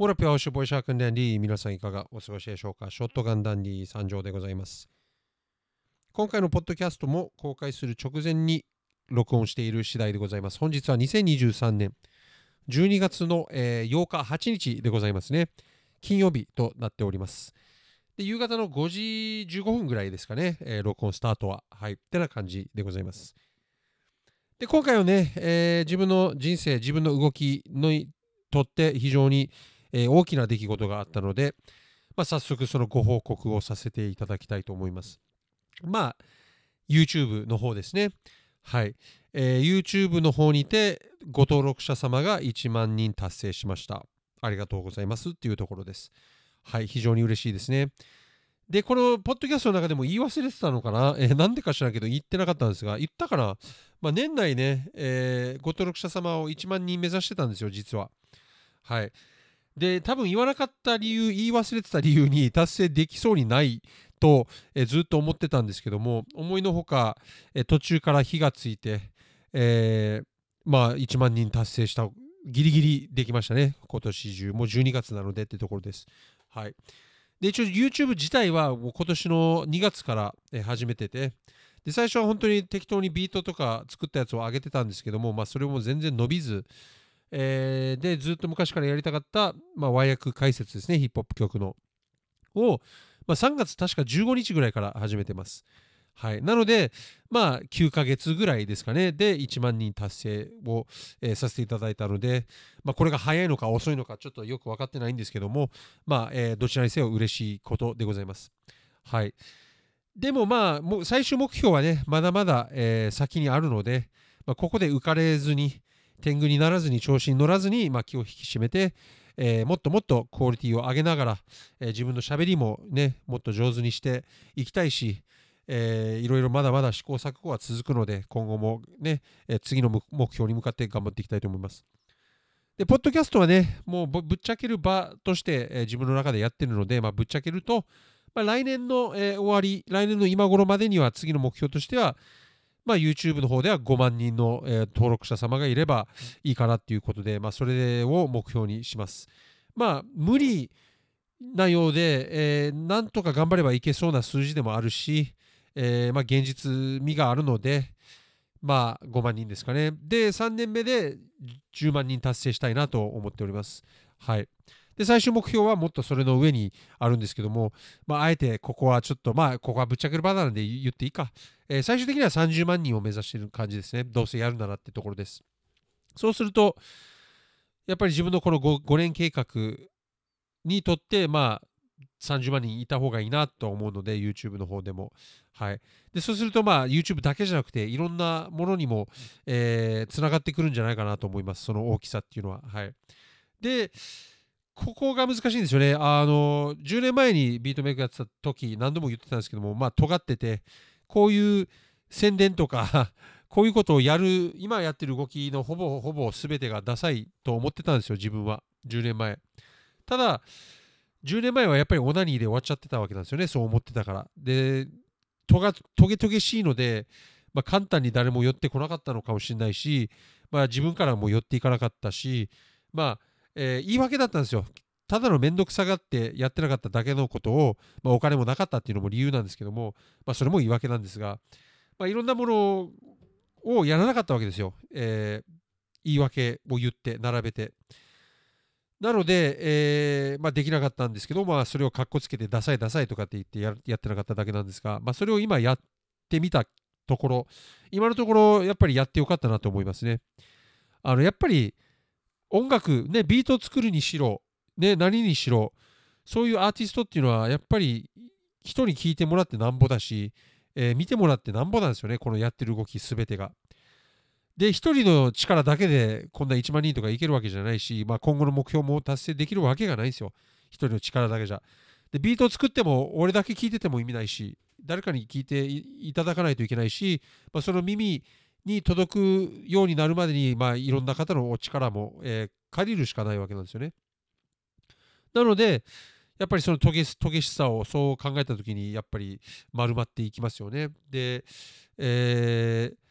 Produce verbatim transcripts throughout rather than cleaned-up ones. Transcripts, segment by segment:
オラピョーシュボイシャークンダンディ皆さんいかがお過ごしでしょうか。ショットガンダンディ参上でございます。今回のポッドキャストも公開する直前に録音している次第でございます。本日はにせんにじゅうさんねんじゅうにがつの、えー、ようかはちにちでございますね。金曜日となっております。で夕方のごじじゅうごふんぐらいですかね、えー、録音スタートは。はい。ってな感じでございます。で今回はね、えー、自分の人生、自分の動きにとって非常にえー、大きな出来事があったので、まあ、早速そのご報告をさせていただきたいと思います。まあ、YouTube の方ですね。はい。えー、YouTube の方にてご登録者様がいちまんにん達成しました。ありがとうございますっていうところです。はい、非常に嬉しいですね。で、このポッドキャストの中でも言い忘れてたのかな、えー、なんでか知らんけど言ってなかったんですが、言ったかな、まあ、年内ね、えー、ご登録者様をいちまんにん目指してたんですよ、実は。はい。で多分言わなかった理由、言い忘れてた理由に達成できそうにないと、えずっと思ってたんですけども、思いのほか、え途中から火がついて、えーまあいちまんにん達成した、ギリギリできましたね。今年中もうじゅうにがつなのでってところです。はい。で一応 YouTube 自体はもう今年のにがつから、え始めてて、で最初は本当に適当にビートとか作ったやつを上げてたんですけども、まあ、それも全然伸びず、えーでずっと昔からやりたかった、まあ、和訳解説ですね、ヒップホップ曲のを、まあ、さんがつ確かじゅうごにちぐらいから始めてます。はい、なので、まあ、きゅうかげつぐらいですかね、でいちまんにん達成を、えーさせていただいたので、まあ、これが早いのか遅いのかちょっとよく分かってないんですけども、まあえーどちらにせよ嬉しいことでございます。はい、でもまあもう最終目標はね、まだまだ、えー先にあるので、まあ、ここで浮かれずに、天狗にならずに、調子に乗らずに、まあ、気を引き締めて、えーもっともっとクオリティを上げながら、えー自分のしゃべりもね、もっと上手にしていきたいし、えーいろいろまだまだ試行錯誤は続くので、今後もね、えー次の目標に向かって頑張っていきたいと思います。で、ポッドキャストはね、もうぶっちゃける場として、えー自分の中でやってるので、まあ、ぶっちゃけると、まあ、来年の、えー終わり、来年の今頃までには次の目標としては、まあ、YouTube の方ではごまんにんの、えー登録者様がいればいいかなっていうことで、まあ、それを目標にします。まあ、無理なようで、えーなんとか頑張ればいけそうな数字でもあるし、えーまあ、現実味があるので、まあ、ごまんにんですかね。で、さんねんめでじゅうまんにん達成したいなと思っております。はい。で、最終目標はもっとそれの上にあるんですけども、まあ、あえてここはちょっと、まあ、ここはぶっちゃける場なんで言っていいか。えー最終的にはさんじゅうまんにんを目指している感じですね。どうせやるならってところです。そうすると、やっぱり自分のこの 5, 5年計画にとって、まあ、さんじゅうまんにんいた方がいいなと思うので、YouTube の方でも。はい。で、そうすると、まあ、YouTube だけじゃなくて、いろんなものにも、えー、つながってくるんじゃないかなと思います。その大きさっていうのは。はい。で、ここが難しいんですよね。あの、じゅうねんまえにビートメイクやってた時、何度も言ってたんですけども、まあ、尖ってて、こういう宣伝とかこういうことをやる、今やってる動きのほぼほぼ全てがダサいと思ってたんですよ、自分は。じゅうねんまえ。ただ、じゅうねんまえはやっぱりオナニーで終わっちゃってたわけなんですよね、そう思ってたから。で、とがトゲトゲしいので、まあ、簡単に誰も寄ってこなかったのかもしれないし、まあ、自分からも寄っていかなかったし、まあえー言い訳だったんですよ。ただの面倒くさがってやってなかっただけのことを、まあ、お金もなかったっていうのも理由なんですけども、まあ、それも言い訳なんですが、まあ、いろんなものをやらなかったわけですよ。えー言い訳を言って並べて。なので、えーまあ、できなかったんですけど、まあ、それをかっこつけてダサいダサいとかって言ってややってなかっただけなんですが、まあ、それを今やってみたところ、今のところやっぱりやってよかったなと思いますね。あのやっぱり音楽、ね、ビートを作るにしろ、ね、何にしろ、そういうアーティストっていうのはやっぱり人に聞いてもらってなんぼだし、えー見てもらってなんぼなんですよね、このやってる動きすべてが。で、一人の力だけでこんないちまんにんとかいけるわけじゃないし、まあ、今後の目標も達成できるわけがないんですよ。一人の力だけじゃ。で、ビートを作っても俺だけ聞いてても意味ないし、誰かに聞いていただかないといけないし、まあ、その耳に届くようになるまでに、まあ、いろんな方のお力も、えー借りるしかないわけなんですよね。なので、やっぱりそのトゲトゲしさをそう考えたときに、やっぱり丸まっていきますよね。で、えー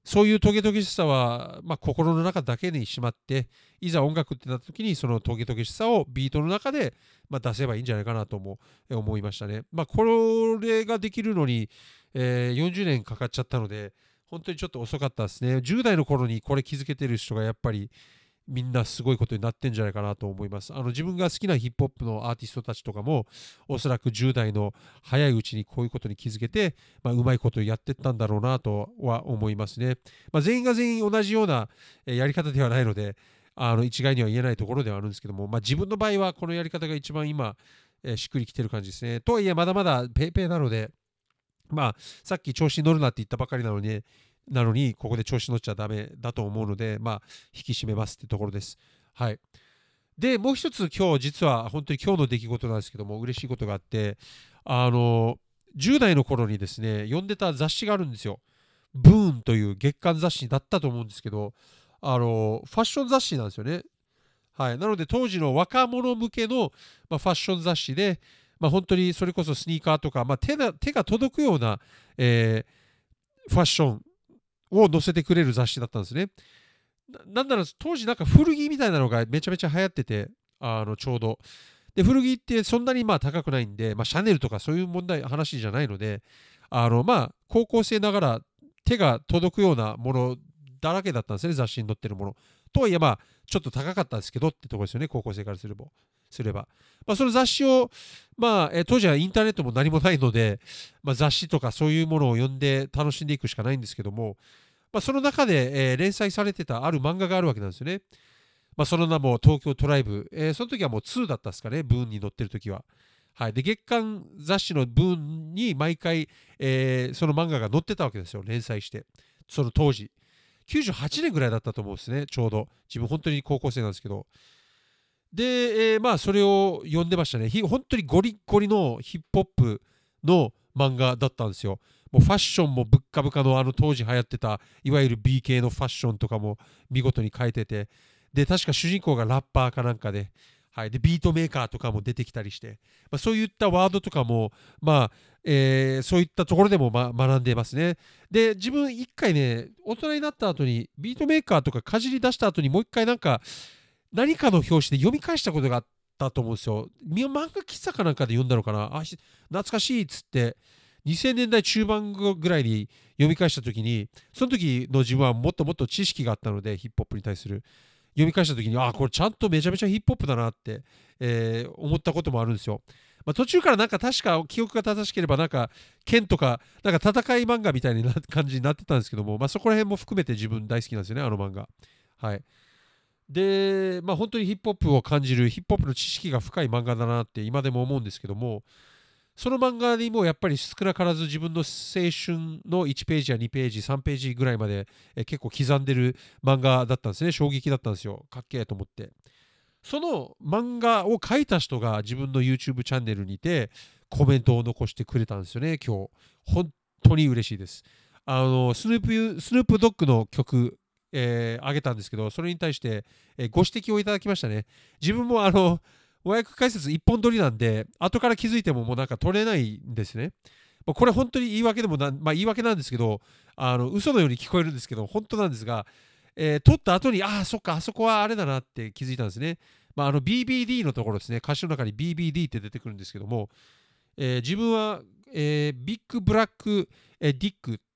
そういうトゲトゲしさは、まあ、心の中だけにしまって、いざ音楽ってなった時にそのトゲトゲしさをビートの中で、まあ、出せばいいんじゃないかなとも思いましたね。まあ、これができるのに、えーよんじゅうねんかかっちゃったので、本当にちょっと遅かったですね。じゅう代の頃にこれ気づけてる人がやっぱりみんなすごいことになってんじゃないかなと思います。あの自分が好きなヒップホップのアーティストたちとかもおそらくじゅう代の早いうちにこういうことに気づけて、まあ、うまいことやってったんだろうなとは思いますね。まあ、全員が全員同じようなやり方ではないので、あの一概には言えないところではあるんですけども、まあ、自分の場合はこのやり方が一番今、えーしっくりきてる感じですね。とはいえまだまだペーペーなので、まあ、さっき調子に乗るなって言ったばかりなのに、なのに、ここで調子乗っちゃダメだと思うので、まあ、引き締めますってところです。はい。で、もう一つ今日、実は本当に今日の出来事なんですけども、嬉しいことがあって、あの、じゅう代の頃にですね、読んでた雑誌があるんですよ。ブーンという月刊雑誌だったと思うんですけど、あの、ファッション雑誌なんですよね。はい。なので、当時の若者向けの、まあ、ファッション雑誌で、まあ、本当にそれこそスニーカーとか、まあ、手が手が届くような、えーファッションを載せてくれる雑誌だったんですね。ななんなら当時なんか古着みたいなのがめちゃめちゃ流行ってて、あのちょうど。で、古着ってそんなにまあ高くないんで、まあ、シャネルとかそういう問題、話じゃないので、あのまあ高校生ながら手が届くようなものだらけだったんですね、雑誌に載ってるもの。とはいえまあちょっと高かったですけどってところですよね、高校生からすれば。すればまあ、その雑誌を、まあ、え当時はインターネットも何もないので、まあ、雑誌とかそういうものを読んで楽しんでいくしかないんですけども、まあ、その中で、えー連載されてたある漫画があるわけなんですよね。まあ、その名も東京トライブ。えーその時はもうツーだったですかね、ブーンに載ってる時は。はい、で月刊雑誌のブーンに毎回、えーその漫画が載ってたわけですよ、連載して。その当時。きゅうじゅうはちねんぐらいだったと思うんですね、ちょうど。自分本当に高校生なんですけど。で、えーまあそれを読んでましたね。ひ本当にゴリッゴリのヒップホップの漫画だったんですよ。もうファッションもぶっかぶかのあの当時流行ってたいわゆる ビー 系のファッションとかも見事に変えてて、で確か主人公がラッパーかなんかで、はい、でビートメーカーとかも出てきたりして、まあ、そういったワードとかも、まあえーそういったところでも、ま、学んでますね。で自分一回ね、大人になった後にビートメーカーとかかじり出した後にもう一回なんか何かの表紙で読み返したことがあったと思うんですよ。漫画喫茶かなんかで読んだのかな。あ、懐かしいっつって、にせんねんだい中盤ぐらいに読み返した時に、その時の自分はもっともっと知識があったので、ヒップホップに対する。読み返した時に、あ、これちゃんとめちゃめちゃヒップホップだなって、えー思ったこともあるんですよ。まあ、途中からなんか確か記憶が正しければなんか剣とかなんか戦い漫画みたいな感じになってたんですけども、まあ、そこら辺も含めて自分大好きなんですよね、あの漫画。はい。で、まあ、本当にヒップホップを感じるヒップホップの知識が深い漫画だなって今でも思うんですけども、その漫画にもやっぱり少なからず自分の青春のいちページやにページさんページぐらいまでえ結構刻んでる漫画だったんですね。衝撃だったんですよ。かっけえと思って。その漫画を描いた人が自分の YouTube チャンネルにてコメントを残してくれたんですよね、今日。本当に嬉しいです。あのスヌープスヌープドッグの曲、えー、あげたんですけど、それに対して、えーご指摘をいただきましたね。自分もあの和訳解説一本取りなんで、後から気づいてももうなんか取れないんですね。まあこれ本当に言い訳でもな、まあ、言い訳なんですけど、あの嘘のように聞こえるんですけど、本当なんですが、えー、撮った後に、ああ、そっか、あそこはあれだなって気づいたんですね。まあ、あの ビービーディー のところですね、歌詞の中に ビービーディー って出てくるんですけども、えー自分は、えービッグブラック、えーディックって、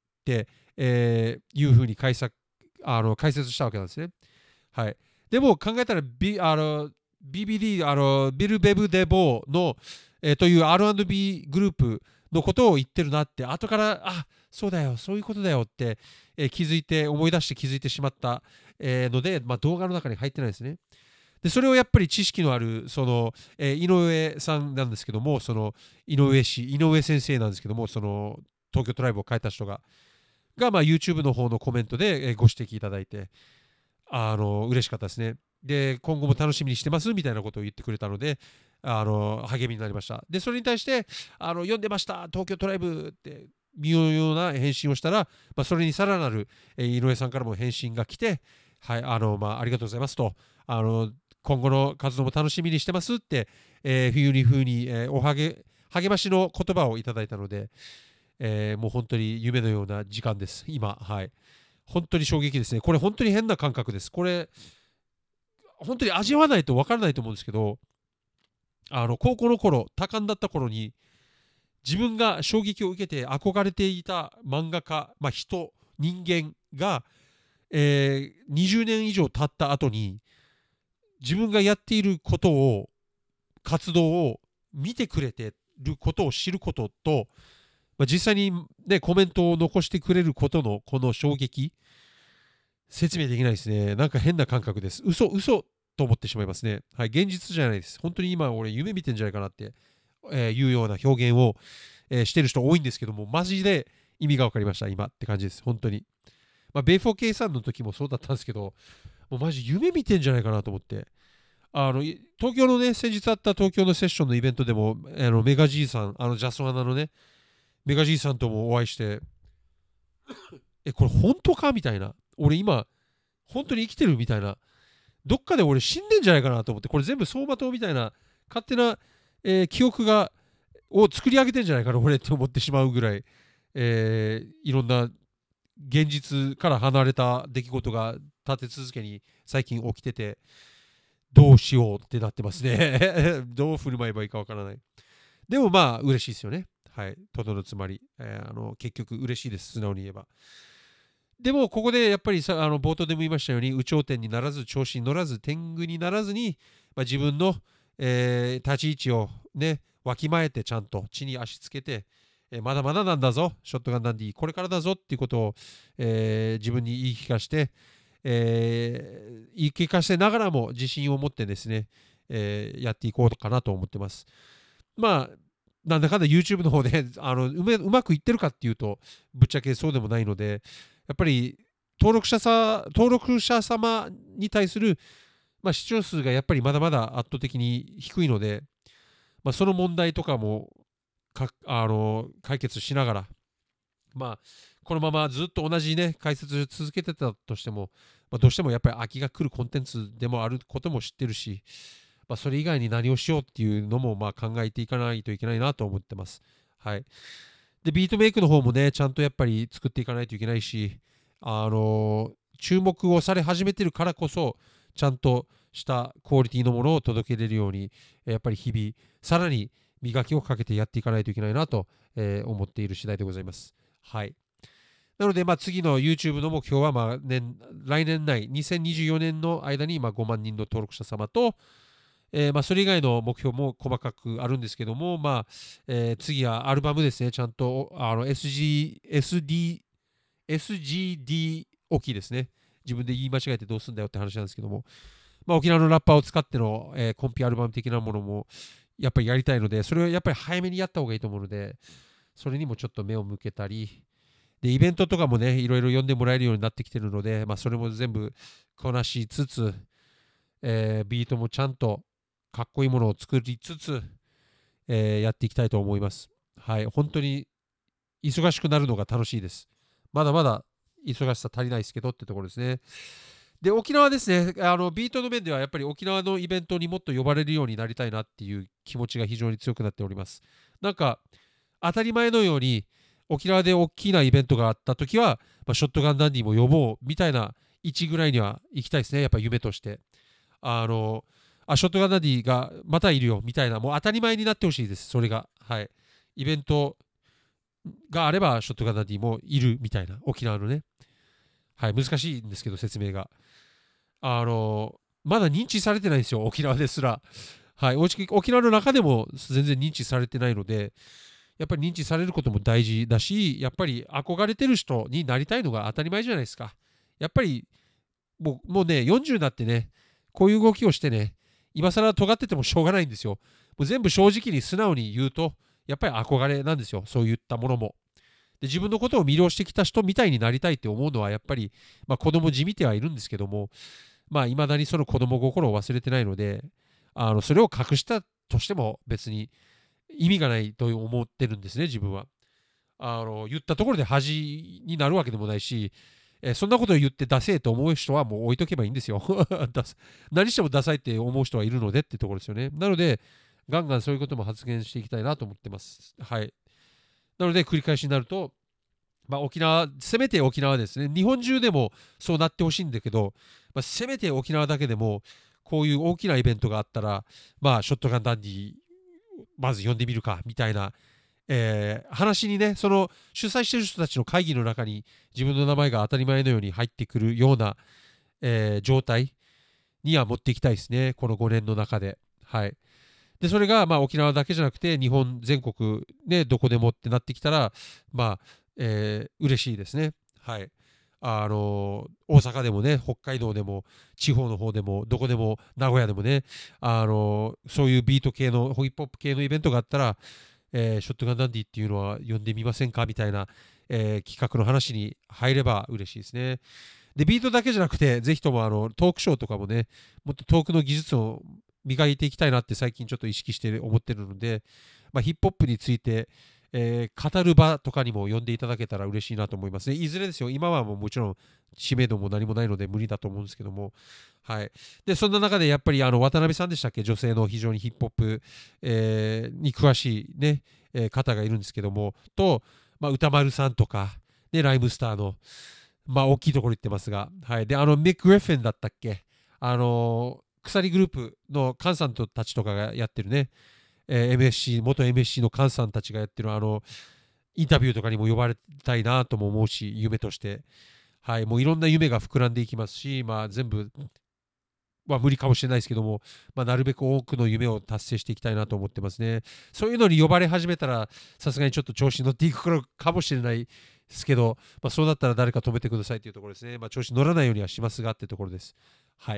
えーいうふうに解釈あの解説したわけなんですね。はい。でも考えたら、ビあの ビービーディー、あのビル・ベブ・デ・ボーの、えーという アールアンドビー グループのことを言ってるなって、後から、あ、そうだよ、そういうことだよって、えー気づいて、思い出して気づいてしまった、えーので、まあ、動画の中に入ってないですね。でそれをやっぱり知識のあるその、えー井上さんなんですけども、その井上氏井上先生なんですけども、その東京トライブを変えた人がが、まあ、YouTube の方のコメントで、えーご指摘いただいて、あの嬉しかったですね。で今後も楽しみにしてますみたいなことを言ってくれたので、あの励みになりました。でそれに対してあの読んでました東京トライブって見ようような返信をしたら、まあ、それにさらなる、えー井上さんからも返信が来て、はいあのまあ、ありがとうございますと、あの今後の活動も楽しみにしてますって、えー、冬に風に、えーおはげ励ましの言葉をいただいたので、えーもう本当に夢のような時間です今。はい本当に衝撃ですね。これ本当に変な感覚です。これ、本当に味わわないと分からないと思うんですけど、あの高校の頃、多感だった頃に、自分が衝撃を受けて憧れていた漫画家、まあ、人、人間が、えーにじゅうねん以上経った後に、自分がやっていることを、活動を見てくれてることを知ることと、まあ、実際に、ね、コメントを残してくれることのこの衝撃、説明できないですね。なんか変な感覚です。嘘、嘘と思ってしまいますね。はい、現実じゃないです。本当に今、俺、夢見てんじゃないかなって、えーいうような表現を、えーしてる人多いんですけども、マジで意味が分かりました、今って感じです。本当に。まあ、ベイフォーケーさんの時もそうだったんですけど、もうマジ夢見てんじゃないかなと思って。あの東京のね、先日あった東京のセッションのイベントでも、あのメガジーさん、あのジャスワナのね、メガジーさんともお会いして、え、これ本当かみたいな。俺今、本当に生きてるみたいな。どっかで俺死んでんじゃないかなと思って、これ全部走馬灯みたいな、勝手な、えー記憶が、を作り上げてんじゃないかな、俺って思ってしまうぐらい、えーいろんな現実から離れた出来事が立て続けに最近起きてて、どうしようってなってますね。どう振る舞えばいいかわからない。でもまあ、嬉しいですよね。はい。とどのつまり、えーあの結局嬉しいです、素直に言えば。でも、ここでやっぱりさ、あの冒頭でも言いましたように、有頂天にならず、調子に乗らず、天狗にならずに、まあ、自分の、えー立ち位置をね、わきまえて、ちゃんと地に足つけて、えーまだまだなんだぞ、ショットガンダンディ、これからだぞっていうことを、えー自分に言い聞かして、えー言い聞かせながらも自信を持ってですね、えーやっていこうかなと思ってます。まあ、なんだかんだ YouTube の方であのうめうまくいってるかっていうと、ぶっちゃけそうでもないので、やっぱり登録者さ登録者様に対する、まあ、視聴数がやっぱりまだまだ圧倒的に低いので、まあ、その問題とかもかあの解決しながら、まあ、このままずっと同じね、解説続けてたとしても、まあ、どうしてもやっぱり飽きが来るコンテンツでもあることも知ってるし、まあ、それ以外に何をしようっていうのもまあ考えていかないといけないなと思ってます。はい。で、ビートメイクの方もね、ちゃんとやっぱり作っていかないといけないし、あの注目をされ始めてるからこそ、ちゃんとしたクオリティのものを届けれるように、やっぱり日々、さらに磨きをかけてやっていかないといけないなと、えー思っている次第でございます。はい。なので、まあ、次の YouTube の目標は、まあ年、来年内、にせんにじゅうよねんの間に、まあ、ごまん人の登録者様と、えーまあ、それ以外の目標も細かくあるんですけども、まあえー次はアルバムですね、ちゃんとあの エスジー、エスディー、エスジーディー 大きいですね。自分で言い間違えてどうすんだよって話なんですけども、まあ、沖縄のラッパーを使っての、えーコンピアルバム的なものもやっぱりやりたいので、それをやっぱり早めにやった方がいいと思うので、それにもちょっと目を向けたり、で、イベントとかもね、いろいろ呼んでもらえるようになってきてるので、まあ、それも全部こなしつつ、えービートもちゃんとかっこいいものを作りつつ、えーやっていきたいと思います。はい、本当に忙しくなるのが楽しいです。まだまだ忙しさ足りないですけどってところですね。で、沖縄ですね、あのビートの面ではやっぱり沖縄のイベントにもっと呼ばれるようになりたいなっていう気持ちが非常に強くなっております。なんか、当たり前のように、沖縄で大きなイベントがあったときは、まあ、ショットガンダンディも呼ぼうみたいな位置ぐらいには行きたいですね、やっぱ夢として。あの、あ、ショットガンダンディがまたいるよみたいな、もう当たり前になってほしいです、それが。はい。イベントがあれば、ショットガンダンディもいるみたいな、沖縄のね。はい、難しいんですけど、説明が。あの、まだ認知されてないんですよ、沖縄ですら。はい、沖縄の中でも全然認知されてないので、やっぱり認知されることも大事だし、やっぱり憧れてる人になりたいのが当たり前じゃないですか。やっぱりもうもうね、よんじゅうになってね、こういう動きをしてね、今更尖っててもしょうがないんですよ。もう全部正直に素直に言うと、やっぱり憧れなんですよ、そういったものも。で、自分のことを魅了してきた人みたいになりたいって思うのは、やっぱり、まあ、子供じみてはいるんですけども、まあ、未だにその子供心を忘れてないので、あのそれを隠したとしても別に意味がないと思ってるんですね、自分は。あの言ったところで恥になるわけでもないし、えーそんなことを言ってダセえと思う人はもう置いとけばいいんですよ。何してもダサいって思う人はいるのでってところですよね。なので、ガンガンそういうことも発言していきたいなと思ってます。はい。なので、繰り返しになると、 まあ、沖縄、せめて沖縄ですね。日本中でもそうなってほしいんだけど、まあ、せめて沖縄だけでも、こういう大きなイベントがあったら、まあ、ショットガンダンディ、まず呼んでみるか、みたいな、えー話にね、その主催してる人たちの会議の中に自分の名前が当たり前のように入ってくるような、えー状態には持っていきたいですね。このごねんの中で。はい。で、それが、まあ、沖縄だけじゃなくて、日本全国、ね、どこでもってなってきたら、まあ、えー嬉しいですね。はい。あの大阪でもね、北海道でも、地方の方でも、どこでも、名古屋でもね、あのそういうビート系の、ヒップホップ系のイベントがあったら、えーショットガンダンディっていうのは呼んでみませんかみたいな、えー企画の話に入れば嬉しいですね。で、ビートだけじゃなくて、ぜひともあのトークショーとかもね、もっとトークの技術を磨いていきたいなって最近ちょっと意識して思ってるので、まあ、ヒップホップについて、えー語る場とかにも呼んでいただけたら嬉しいなと思いますね。いずれですよ、今はもうもちろん知名度も何もないので無理だと思うんですけども、はい。で、そんな中でやっぱりあの渡辺さんでしたっけ、女性の非常にヒップホップ、えーに詳しいね、えー方がいるんですけども、と、まあ、歌丸さんとか、ね、ライムスターの、まあ、大きいところ行ってますが、はい。で、あの、ミック・グリフィンだったっけ、あのー鎖グループのカンさんたちとかがやってるね、えー エムエスシー、元 エムエスシー のカンさんたちがやってる、あの、インタビューとかにも呼ばれたいなとも思うし、夢として。はい。もういろんな夢が膨らんでいきますし、まあ、全部は無理かもしれないですけども、まあ、なるべく多くの夢を達成していきたいなと思ってますね。そういうのに呼ばれ始めたら、さすがにちょっと調子に乗っていくかもしれないですけど、まあ、そうなったら誰か止めてくださいというところですね。まあ、調子に乗らないようにはしますがってところです。はい。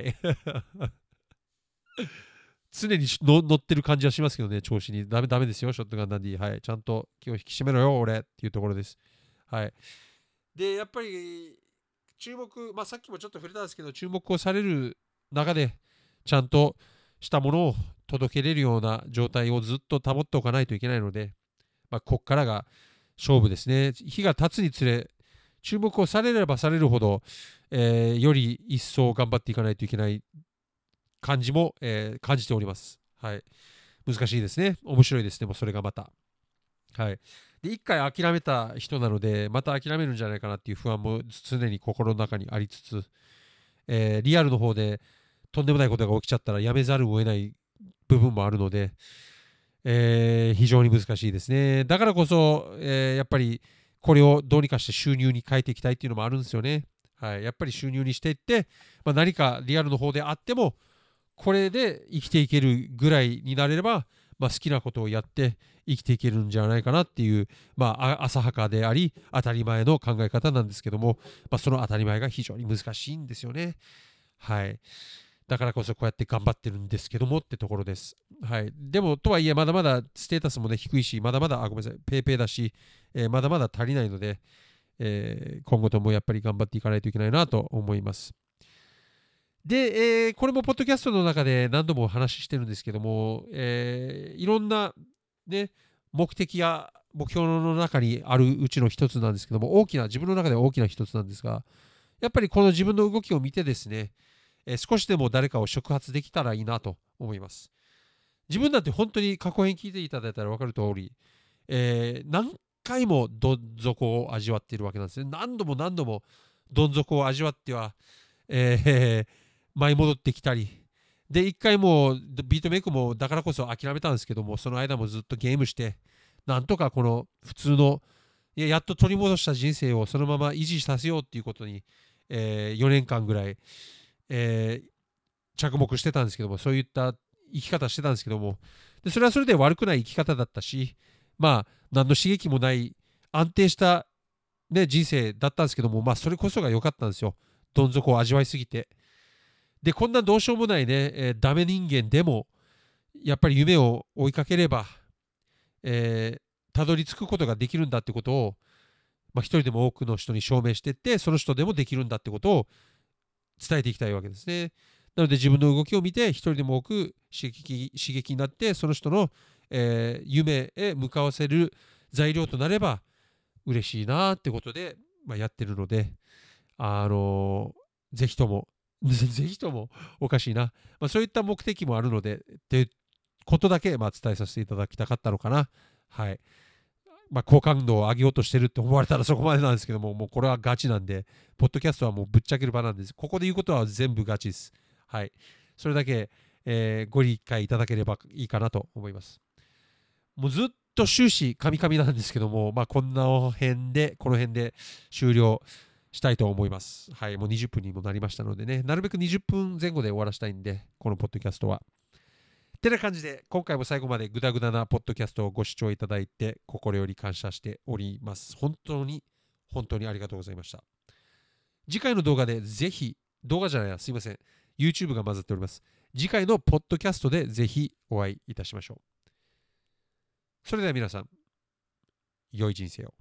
常に乗乗ってる感じはしますけどね、調子に。ダメダメですよ、ショットガンダンディ。はい。ちゃんと気を引き締めろよ、俺っていうところです。はい。で、やっぱり、注目、まあ、さっきもちょっと触れたんですけど、注目をされる中で、ちゃんとしたものを届けれるような状態をずっと保っておかないといけないので、まあ、こっからが勝負ですね。日が経つにつれ、注目をされればされるほど、えーより一層頑張っていかないといけない感じも、えー感じております。はい。難しいですね。面白いですね。もうそれがまた。はい。で、一回諦めた人なので、また諦めるんじゃないかなっていう不安も常に心の中にありつつ、えーリアルの方でとんでもないことが起きちゃったらやめざるを得ない部分もあるので、えー非常に難しいですね。だからこそ、えーやっぱりこれをどうにかして収入に変えていきたいっていうのもあるんですよね。はい。やっぱり収入にしていって、まあ、何かリアルの方であっても、これで生きていけるぐらいになれれば、まあ、好きなことをやって生きていけるんじゃないかなっていう、まあ、浅はかであり当たり前の考え方なんですけども、まあ、その当たり前が非常に難しいんですよね。はい。だからこそこうやって頑張ってるんですけどもってところです。はい。でも、とはいえ、まだまだステータスもね、低いし、まだまだ、あ、ごめんなさい、ペイペイだし、えーまだまだ足りないので、えー今後ともやっぱり頑張っていかないといけないなと思います。で、えーこれもポッドキャストの中で何度もお話ししてるんですけども、えーいろんな、ね、目的や目標の中にあるうちの一つなんですけども、大きな、自分の中では大きな一つなんですが、やっぱりこの自分の動きを見てですね、えー少しでも誰かを触発できたらいいなと思います。自分だって本当に過去編聞いていただいたら分かる通り、えー何回もどん底を味わっているわけなんですね。何度も何度もどん底を味わっては、えー舞い戻ってきたり、で、一回もうビートメイクもだからこそ諦めたんですけども、その間もずっとゲームして、なんとかこの普通の、いや、やっと取り戻した人生をそのまま維持させようっていうことに、えーよねんかんぐらい、えー着目してたんですけども、そういった生き方してたんですけども、でそれはそれで悪くない生き方だったし、まあ、何の刺激もない安定した、ね、人生だったんですけども、まあ、それこそが良かったんですよ。どん底を味わいすぎて。で、こんなどうしようもないね、えーダメ人間でも、やっぱり夢を追いかければ、えーたどり着くことができるんだってことを、まあ、一人でも多くの人に証明していって、その人でもできるんだってことを伝えていきたいわけですね。なので自分の動きを見て一人でも多く刺激刺激になってその人の、えー夢へ向かわせる材料となれば嬉しいなってことで、まあ、やってるので、あのーぜひともぜぜひともおかしいな、まあ、そういった目的もあるのでっていうことだけ、まあ、伝えさせていただきたかったのかな。はい。 まあ、好感度を上げようとしてるって思われたらそこまでなんですけども、もうこれはガチなんで、ポッドキャストはもうぶっちゃける場なんです。ここで言うことは全部ガチです。はい。それだけ、えーご理解いただければいいかなと思います。もうずっと終始カミカミなんですけども、まあ、こんな辺で、この辺で終了したいと思います。はい。もうにじゅっぷんにもなりましたのでね、なるべくにじゅっぷんぜん後で終わらせたいんで、このポッドキャストは。てな感じで、今回も最後までグダグダなポッドキャストをご視聴いただいて、心より感謝しております。本当に、本当にありがとうございました。次回の動画でぜひ、動画じゃないや、すいません。YouTube が混ざっております。次回のポッドキャストでぜひお会いいたしましょう。それでは皆さん、良い人生を。